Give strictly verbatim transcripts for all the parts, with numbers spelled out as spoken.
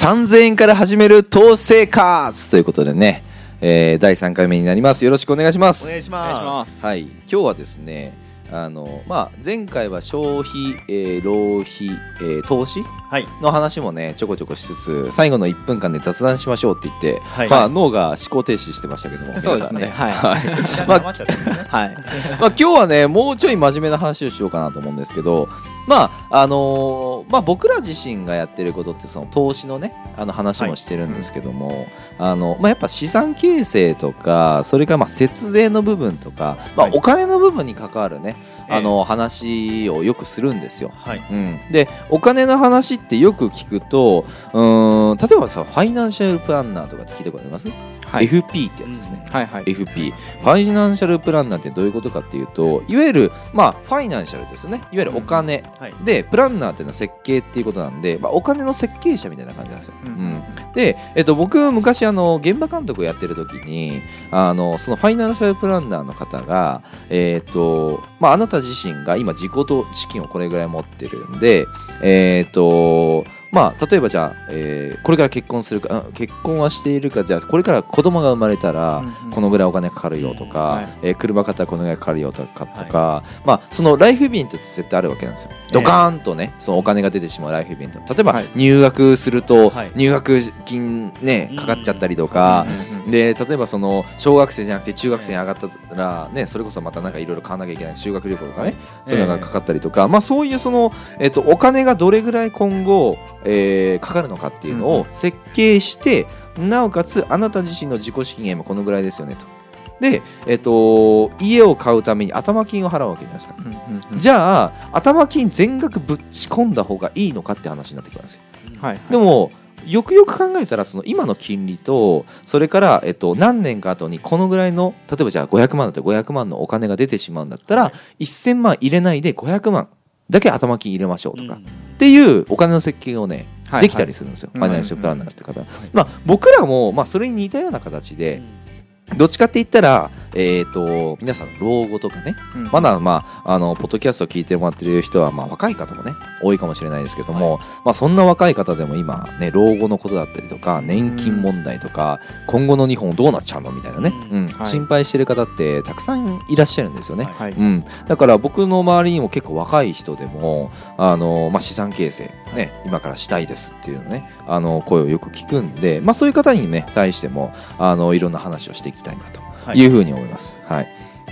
さんぜんえんから始める投資生活ということでね、えー、だいさんかいめになります。よろしくお願いします。 お願いします。 はい、今日はですね、あのまあ、前回は消費、えー、浪費、えー、投資の話もねちょこちょこしつつ、最後のいっぷんかんで雑談しましょうって言って、はい、まあ、脳が思考停止してましたけども、 そうですね、はいはいまあはいまあ、今日はねもうちょい真面目な話をしようかなと思うんですけど、まああのーまあ、僕ら自身がやってることってその投資のねあの話もしてるんですけども、はいあのまあ、やっぱ資産形成とか、それからまあ節税の部分とか、まあ、お金の部分に関わるね、あの話をよくするんですよ、はいうん、でお金の話ってよく聞くと、うーん例えばさファイナンシャルプランナーとかって聞いたことあります？はい、エフピー ってやつですね、うんはいはい、エフピー ファイナンシャルプランナーってどういうことかっていうと、いわゆる、まあ、ファイナンシャルですね、いわゆるお金、うんはい、でプランナーっていうのは設計っていうことなんで、まあ、お金の設計者みたいな感じなんですよ、うんうん、で、えっと、僕昔あの現場監督をやってる時にあのそのファイナンシャルプランナーの方が、えっとまあ、あなた自身が今自己資金をこれぐらい持ってるんで、えっとまあ、例えばじゃあ、えー、これから結婚するか、結婚はしているか、じゃあこれから子供が生まれたらこのぐらいお金かかるよとか、うんはいえー、車買ったらこのぐらいかかるよとか、とかはい、まあ、そのライフイベントって絶対あるわけなんですよ、えー、ドカーンとねそのお金が出てしまうライフイベント、例えば入学すると入学金ねかかっちゃったりとか、うん、で例えばその小学生じゃなくて中学生に上がったら、ね、それこそまたなんかいろいろ買わなきゃいけない修学旅行とかね、そういうのがかかったりとか、まあ、そういうその、えーと、お金がどれぐらい今後えー、かかるのかっていうのを設計して、うん、なおかつあなた自身の自己資金もこのぐらいですよねと。で、えーと、家を買うために頭金を払うわけじゃないですか、うんうんうん、じゃあ頭金全額ぶち込んだ方がいいのかって話になってくるんですよ、はいはい、でもよくよく考えたらその今の金利とそれから、えっと、何年か後にこのぐらいの例えばじゃあごひゃくまんだったらごひゃくまんのお金が出てしまうんだったら、はい、せんまん入れないでごひゃくまんだけ頭金入れましょうとか、うん、っていうお金の設計をね、はい、できたりするんですよ、はい、ファイナンシャルプランナーって方、うんうんまあ、僕らも、まあ、それに似たような形で、うん、どっちかって言ったら、えー、と皆さん老後とかね、うん、まだ、まあ、あのポッドキャストを聞いてもらってる人は、まあ、若い方もね多いかもしれないですけども、はいまあ、そんな若い方でも今、ね、老後のことだったりとか年金問題とか、うん、今後の日本どうなっちゃうのみたいなね、うんうんはい、心配してる方ってたくさんいらっしゃるんですよね、はいうん、だから僕の周りにも結構若い人でもあの、まあ、資産形成、ね、今からしたいですっていうのねあの声をよく聞くんで、まあ、そういう方に、ね、対してもあのいろんな話をしていきたいなというふうに思います、はいはい、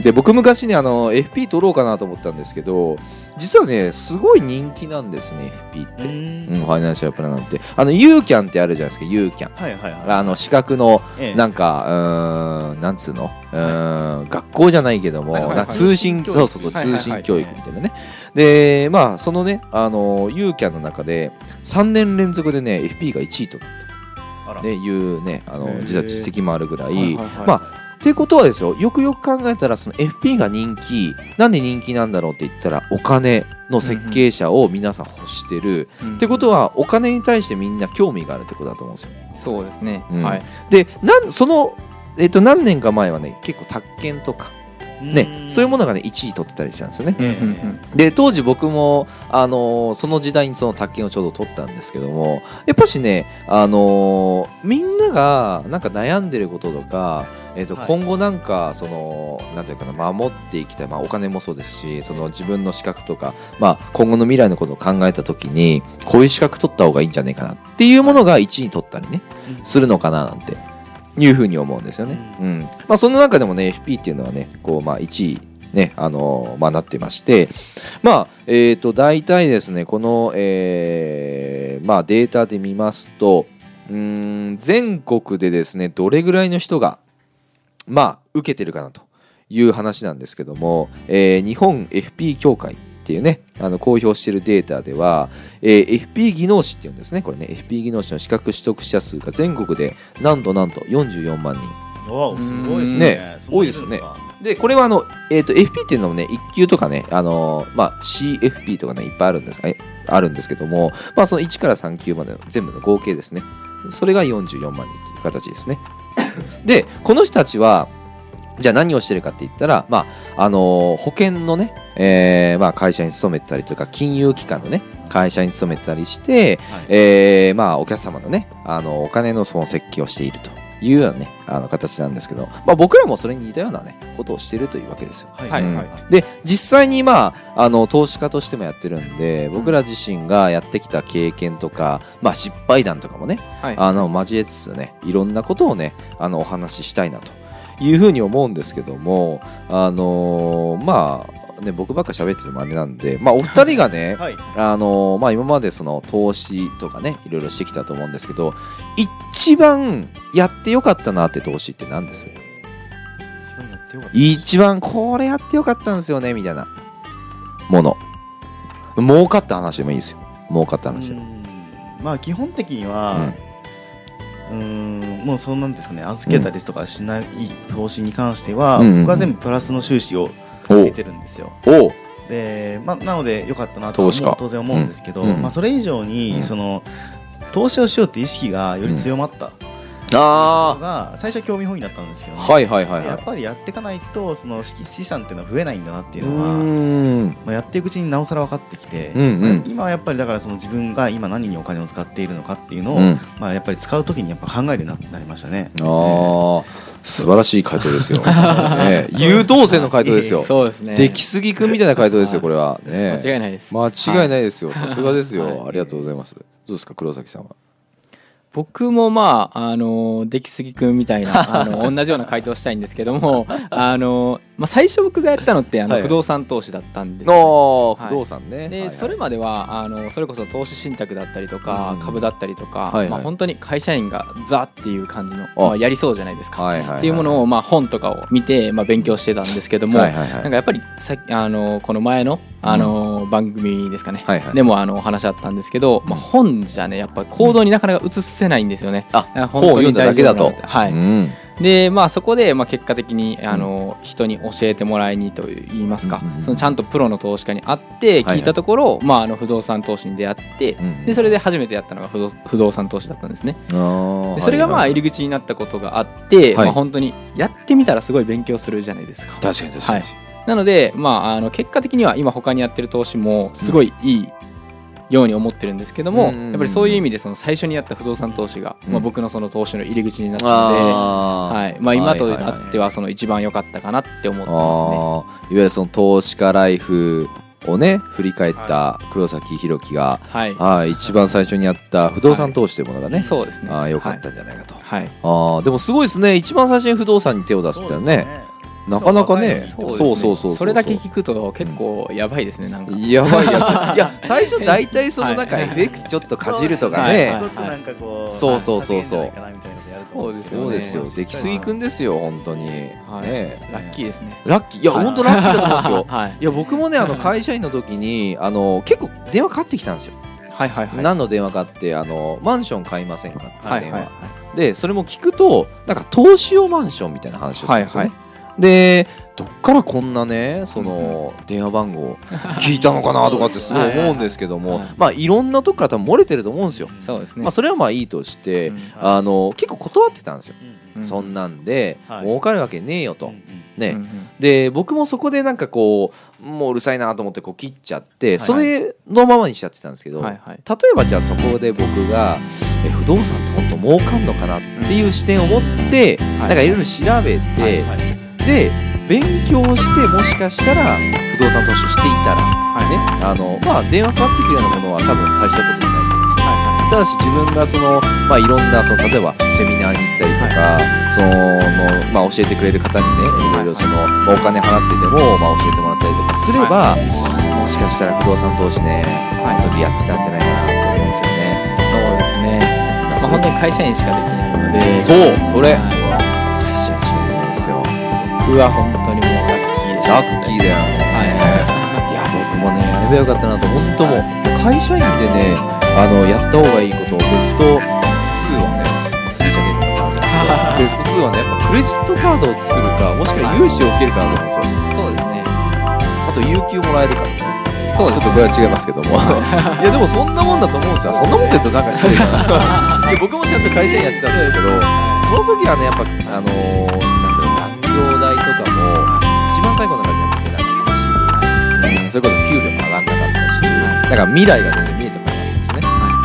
で僕昔ねあの エフピー 取ろうかなと思ったんですけど、実はねすごい人気なんですね エフピー って、うん、ファイナンシャルプランナーってあの ユーキャン ってあるじゃないですか ユーキャン、はいはいはい、あの資格のなんか、ええ、うーんなんつうのうーん、はい、学校じゃないけども、はいはいはい、通信そうそうそう通信教育みたいなね、はいはいはい、でまあそのねあの ユーキャン の中でさんねん連続でね エフピー がいちいとなったねいうねあの実は実績もあるぐらい、はいはいはい、まあってことはですよ、よくよく考えたらその エフピー が人気、なんで人気なんだろうって言ったらお金の設計者を皆さん欲してる、うんうん、ってことはお金に対してみんな興味があるってことだと思うんですよ。 そうですね、 うん、 はい、 でなんその、えーと、何年か前はね結構宅建とかね、そういうものがねいちい取ってたりしたんですよね、うんうんうん、で当時僕も、あのー、その時代にその宅建をちょうど取ったんですけども、やっぱしね、あのー、みんながなんか悩んでることとか、えーとはい、今後なんかそのなんていうかな守っていきたい、まあ、お金もそうですしその自分の資格とか、まあ、今後の未来のことを考えた時にこういう資格取った方がいいんじゃないかなっていうものがいちい取ったりね、うん、するのかななんていうふうに思うんですよね、うんうんまあ、その中でもね エフピー っていうのはねこう、まあ、いちいねあのーまあ、なってまして、まあえー、と大体ですねこの、えーまあ、データで見ますとうーん全国でですねどれぐらいの人がまあ受けてるかなという話なんですけども、えー、日本 エフピー 協会っていうねあの公表しているデータでは、えー、エフピー 技能士っていうんですねこれね エフピー 技能士の資格取得者数が全国でなんとなんとよんじゅうよんまんにん。 おーすごいですね。ね多いですよね。でこれはあの、えー、と エフピー っていうのもねいっ級とかね、あのーまあ、シーエフピー とかねいっぱいあるんですえあるんですけども、まあ、そのいちからさん級までの全部の合計ですね、それがよんじゅうよんまんにんという形ですね。でこの人たちはじゃあ何をしてるかって言ったら、まああのー、保険のね、えーまあ、会社に勤めてたりとか金融機関のね会社に勤めてたりして、はい、えー、まあお客様のねあのお金のその設計をしているというようなねあの形なんですけど、まあ、僕らもそれに似たようなねことをしているというわけですよ。はい、うんはい、で実際にまああの投資家としてもやってるんで、僕ら自身がやってきた経験とか、まあ、失敗談とかもね、はい、あの交えつつねいろんなことをねあのお話ししたいなというふうに思うんですけども、あのー、まあね、僕ばっか喋ってるもあれなんで、まあ、お二人がね、はい、あのーまあ、今までその投資とかねいろいろしてきたと思うんですけど、一番やってよかったなって投資って何です？一番やってよかった、一番これやってよかったんですよねみたいなもの、儲かった話でもいいですよ。儲かった話でも、 まあ基本的には、うん、うーんもうそうなんですかね、預けたりとかしない投資に関しては、うん、僕は全部プラスの収支をかけてるんですよ。おで、まあ、なので良かったなとは当然思うんですけど、うんうん、まあ、それ以上に、うん、その投資をしようって意識がより強まった、うん、あが最初は興味本位だったんですけど、ね、はいはいはいはい、やっぱりやっていかないとその資産っていうのは増えないんだなっていうのは、うんまあ、やっていくうちになおさら分かってきて、うんうん、今はやっぱりだからその自分が今何にお金を使っているのかっていうのを、うんまあ、やっぱり使うときにやっぱ考えるようになりましたね。あー、素晴らしい回答ですよ、ね、優等生の回答ですよ。そうですね、出来すぎくんみたいな回答ですよこれは、ね、 間違いないです。 間違いないですよ、さすがですよ、はい、ありがとうございます。どうですか黒崎さんは？ 僕もまああの出来すぎくんみたいなあの同じような回答したいんですけどもあの、まあ、最初僕がやったのってあの不動産投資だったんですよ、ね、 はい、不動産ね。 で、 はいはい、 それまではあのそれこそ投資信託だったりとか、うん、株だったりとか、はいはい、まあ、本当に会社員がザっていう感じの、まあ、やりそうじゃないですか、はいはいはいはい、っていうものを、まあ、本とかを見て、まあ、勉強してたんですけども、はいはいはい、なんかやっぱりさあのこの前のあの、うん、番組ですかね、はいはい、でもあのお話あったんですけど、まあ、本じゃねやっぱり行動になかなか移せないんですよね、 うん、あ本を読んだだけだと、 はい、うん、でまあ、そこでまあ結果的にあの人に教えてもらいにといいますか、うん、そのちゃんとプロの投資家に会って聞いたところ、はいはい、まあ、あの不動産投資に出会って、うん、でそれで初めてやったのが不動、不動産投資だったんですね。あでそれがまあ入り口になったことがあって、はい、まあ、本当にやってみたらすごい勉強するじゃないですか。 確かに確かに、はい、 なので、まあ、あの結果的には今他にやってる投資もすごいいいように思ってるんですけども、うん、やっぱりそういう意味でその最初にやった不動産投資が、うん、まあ、僕のその投資の入り口になったので、はい、まあ、今とあってはその一番良かったかなって思ってますね。いわゆるその投資家ライフをね振り返った黒崎弘樹が、はい、あ一番最初にやった不動産投資というものがね、はい、 そうですね、 あ良かったんじゃないかと、はいはい、あでもすごいですね、一番最初に不動産に手を出すってね、なかなかね、 そうそうそうそう、それだけ聞くと結構やばいですね、なんかやばいやつ。いや最初大体そのなんか エフエックス ちょっとかじるとかね、そうそうそうそう、そうですよ、出来すぎくんですよ本当に、ね、 ラッキーですね。 ラッキー、いや本当ラッキーだと思うんですよ。いや僕もねあの会社員の時にあの結構電話かかってきたんですよ。はいはいはい。何の電話かってあのマンション買いませんかって電話で、それも聞くとなんか投資用マンションみたいな話をするんですよね。でどっからこんなねその電話番号聞いたのかなとかってすごい思うんですけども、まあいろんなとこから多分漏れてると思うんですよ。そうですね。まあそれはまあいいとして、あの結構断ってたんですよ。そんなんで儲かるわけねえよとね。で僕もそこでなんかこうもううるさいなと思ってこう切っちゃってそれのままにしちゃってたんですけど、例えばじゃあそこで僕がえ不動産って本当儲かんのかなっていう視点を持ってなんかいろいろ調べてで勉強してもしかしたら不動産投資していたら、はいね、あのまあ電話かかってくるようなものは多分大したことじゃないと思うんですよ、はいはい、ただし自分がその、まあ、いろんなその例えばセミナーに行ったりとか、はい、そのまあ、教えてくれる方にねいろいろその、まあ、お金払ってでも、まあ、教えてもらったりとかすれば、はい、もしかしたら不動産投資ね本当にやってたんじゃないかなと思うんですよね。 そうですね、まあ、本当に会社員しかできないので、 そうそれ、はい、会社員しかできないですよ。 僕は本当にもうラッキーでした。 ラッキーだよね、はいはい、いや僕もねやればよかったなと本当もう会社員でねあのやった方がいいことをベストツーはね忘れちゃけるのかなベストツーはねやっぱクレジットカードを作るかもしくは融資を受けるかだと思うんですよ。そうですね。あと有給もらえるからね。そうちょっとこれは違いますけどもいやでもそんなもんだと思うんですよ。そんなもんって言うとなんか失礼かな僕もちゃんと会社員やってたんですけどその時はねやっぱあのー、なんだろう残業代とかも一番最後の会社にやってなかったし、うん、それこそ給料も上がんなかったし、だから未来が全然見え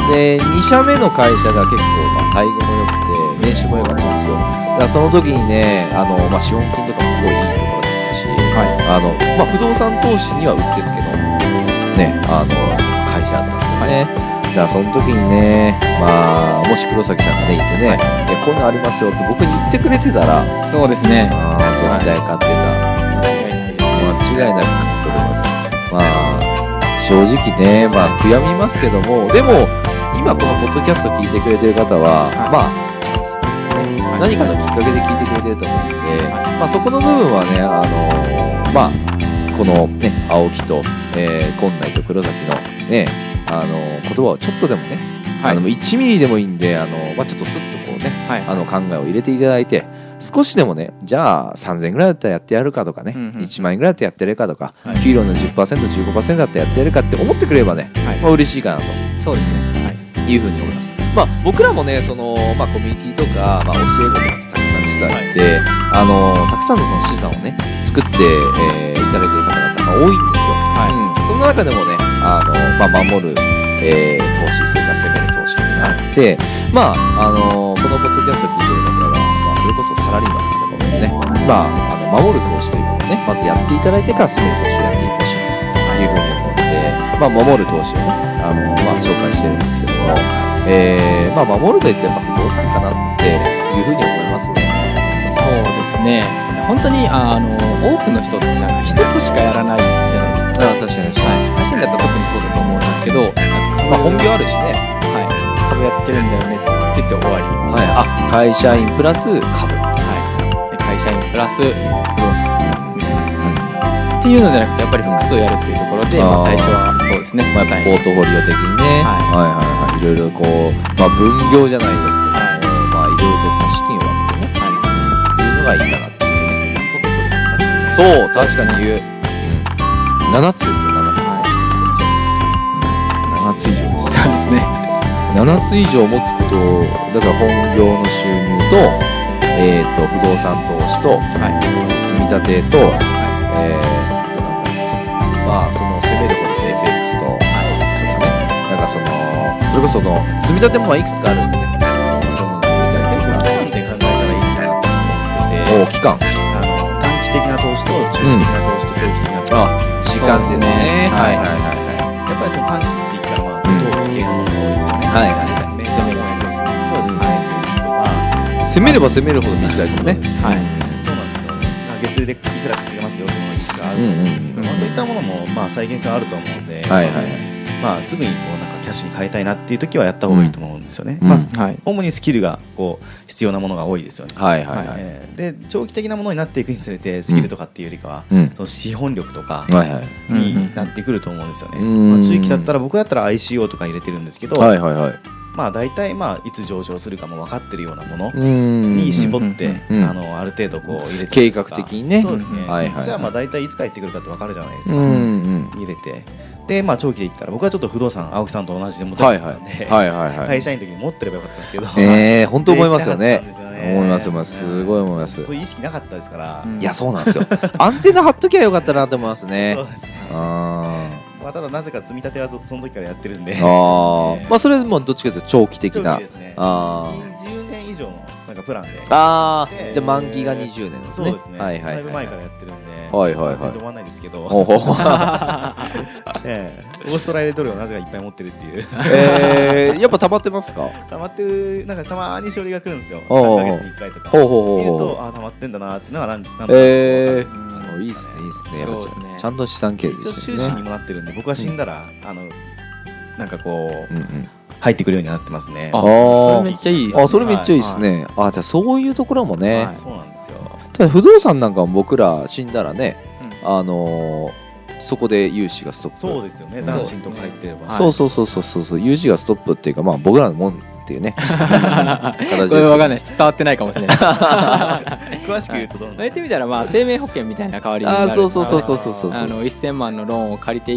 でに社目の会社が結構まあ待遇も良くて年収も良かったんですよ。だからその時にねあの、まあ、資本金とかもすごいいいところだったし、はい、あのまあ、不動産投資にはうってつけの、ね、あの会社だったんですよね、はい、だからその時にね、まあ、もし黒崎さんがねいてね、はい、こういうのありますよって僕に言ってくれてたらそうですねあ絶対買ってた、間違いなく買っております。まあ正直ね、まあ、悔やみますけどもでも今このポッドキャスト聞いてくれてる方は、はい、まあチャンス、ね、何かのきっかけで聞いてくれてると思うので、はいまあ、そこの部分はね、あのー、まあこのね青木と、えー、今内と黒崎のね、あのー、言葉をちょっとでもね、はい、あのいちミリでもいいんで、あのーまあ、ちょっとスッとこうね、はい、あの考えを入れていただいて少しでもねじゃあさんぜんえんぐらいだったらやってやるかとかね、うんうん、いちまんえんぐらいだったらやってやるかとか、はい、給料の じゅっパーセントじゅうごパーセント だったらやってやるかって思ってくれればね、はいまあ、嬉しいかなとそうですね、 はい、いうふうに思います。まあ、僕らもねその、まあ、コミュニティとか、まあ、教え子とかたくさん実はいて、はい、あのたくさんのその資産をね作って、えー、いただいている方々が多いんですよ、はいうん、その中でもねあの、まあ、守る、えー、投資それから攻める投資があって、はい、まああのこのポッドキャストを聞いている方は、まあ、それこそサラリーマンとかもね、まあ、あの守る投資というのをねまずやっていただいてから攻める投資をやってほしいというふうに思うので、まあ、守る投資をねあの、まあ、紹介してるんですけども、えーまあ、守るといってやっぱ不動産かなっていうふうに思いますね。 そうですね本当にあの多くの人ってなんか一つしかやらないじゃないですか。 あ確かに確かに会社員だったら特にそうだと思うんですけど、 まあ、本業あるしね、 はい、株やってるんだよねって言って終わり、 はい、あ会社員プラス株、 はい、会社員プラス不動産みたいな、うん、っていうのじゃなくてやっぱり複数やるっていうところで、まあ、最初はそうですね、 まあ、やっぱポートフォリオ的にね、はいはいはいはい、いろいろこう、まあ、分業じゃないですけども、はいまあ、いろいろとその資金を分けてね、はい、っていうのがいいかなっていうね。そう確かに言う、うん、ななつですよななつ、はい、ななつ以上です。 そうですねななつ以上持つことだから本業の収入と、えー、と不動産投資と、はい、積み立てと、はいえー、となんだまあその攻めることと エフエックス と、はい、とかねなんかそのそれこその積み立てもまあいくつかあるんでねその積み立て期間で考えたらいいかなと思っててお期間あの短期的な投資と中期的な投資と長期的な投資、うん、あ時間ですねはいはいはいはいやっぱりその短期って言ったらまあ長期系のものが多いですよね、はいはいはい、攻めればそうですね、 攻めれば攻めるほど短いですね。 はい、そうなんですよ。月利でいくら稼げますよっていうのがいくつかあるんですけど、うんうんまあ、そういったものもまあ再現性はあると思うので、はいはいはい、まあすぐにこうなんかキャッシュに変えたいなっていう時はやった方がいいと思うんですよね。うんまあはい、主にスキルがこう必要なものが多いですよね。はいはいはいえー、で長期的なものになっていくにつれてスキルとかっていうよりかは、うん、その資本力とかになってくると思うんですよね。うんまあ、中期だったら僕だったら アイシーオー とか入れてるんですけど。はいはいはいまあ、大体まあいつ上場するかも分かってるようなものに絞ってあのある程度こう入れて計画的にねそうですね、はいはいはい、じゃあまあ大体いつ帰ってくるかって分かるじゃないですか、うんうん、入れてでまあ長期で言ったら僕はちょっと不動産青木さんと同じで持ってたんで会社員の時に持ってればよかったんですけどえー本当思いますよね思います思いますすごい思いますそういう意識なかったですから、 うん、いやそうなんですよアンテナ張っときゃよかったなと思いますねそうですねあまあ、ただなぜか積み立てはずっとその時からやってるんであ、えーまあ、それもどっちかというと長期的な長期ですねあにじゅうねん以上のなんかプランでああじゃあ満期がにじゅうねんですねそうですね、はいはいはい、だいぶ前からやってるんで、 はいはいはい、 全然終わらないですけどえー、オーストラリアドルをなぜかいっぱい持ってるっていうえー、やっぱ溜まってますか溜まってるなんかたまに処理が来るんですよさんかげつにいっかいとか見るとあ溜まってんだなっていうのがなんなんだろうえーいいですねいいですねやっぱねちゃんと資産形成してね収支にもなってるんで僕は死んだら、うん、あのなんかこう、うんうん、入ってくるようになってますねああそれめっちゃいいですねあそれめっちゃいいですね、はい、あじゃあそういうところもね、 はい、そうなんですよただ不動産なんかも僕ら死んだらね、うん、あのー、そこで融資がストップそうですよね残金とか入ってればそうそうそうそうそう融資がストップっていうかまあ僕らのもんっていうね形ですこれ分かんない伝わってないかもしれない詳しく言うとどうなの言ってみたらまあ生命保険みたいな代わりになるあそうそうそうそうそうそうあのいっせんまんのローンを借りていって、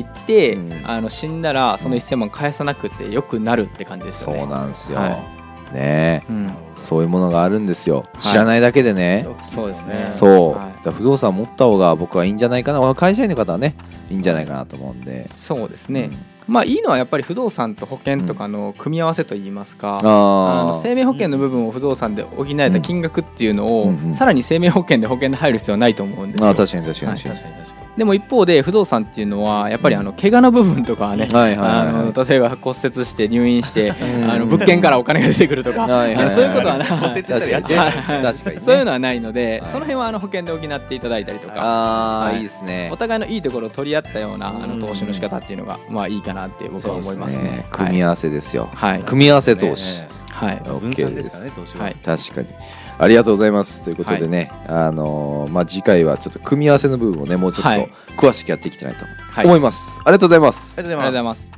うん、あの死んだらそのいっせんまん返さなくてよくなるって感じですよねそうなんですよ、はいねうん、そういうものがあるんですよ知らないだけでね、 はい、そうですねそう、はい、だ不動産持った方が僕はいいんじゃないかな会社員の方はねいいんじゃないかなと思うんでそうですね、 まあいいのはやっぱり不動産と保険とかの組み合わせといいますか、うん、あの生命保険の部分を不動産で補えた金額っていうのを、うんうんうん、さらに生命保険で保険で入る必要はないと思うんですよ。 あ、確かに確かに、はい、確かに確かに。でも一方で不動産っていうのはやっぱりあの怪我の部分とかはね、例えば骨折して入院してあの物件からお金が出てくるとかそういうことはない骨折したらやっちゃう確かに、ね、そういうのはないので、はい、その辺はあの保険で補っていただいたりとか、 あ、はい、いいですね。 お互いのいいところを取り合ったようなあの投資の仕方っていうのがまあいいかなって僕は思いますね。 ね、組み合わせですよ、はい、組み合わせ投資、 ね、はい、 分散ですかね、投資は、はい、 確かにありがとうございますということでね、はい、あのー、まあ、次回はちょっと組み合わせの部分をねもうちょっと詳しくやっていきたいと思います、はい、ありがとうございます。 ありがとうございます。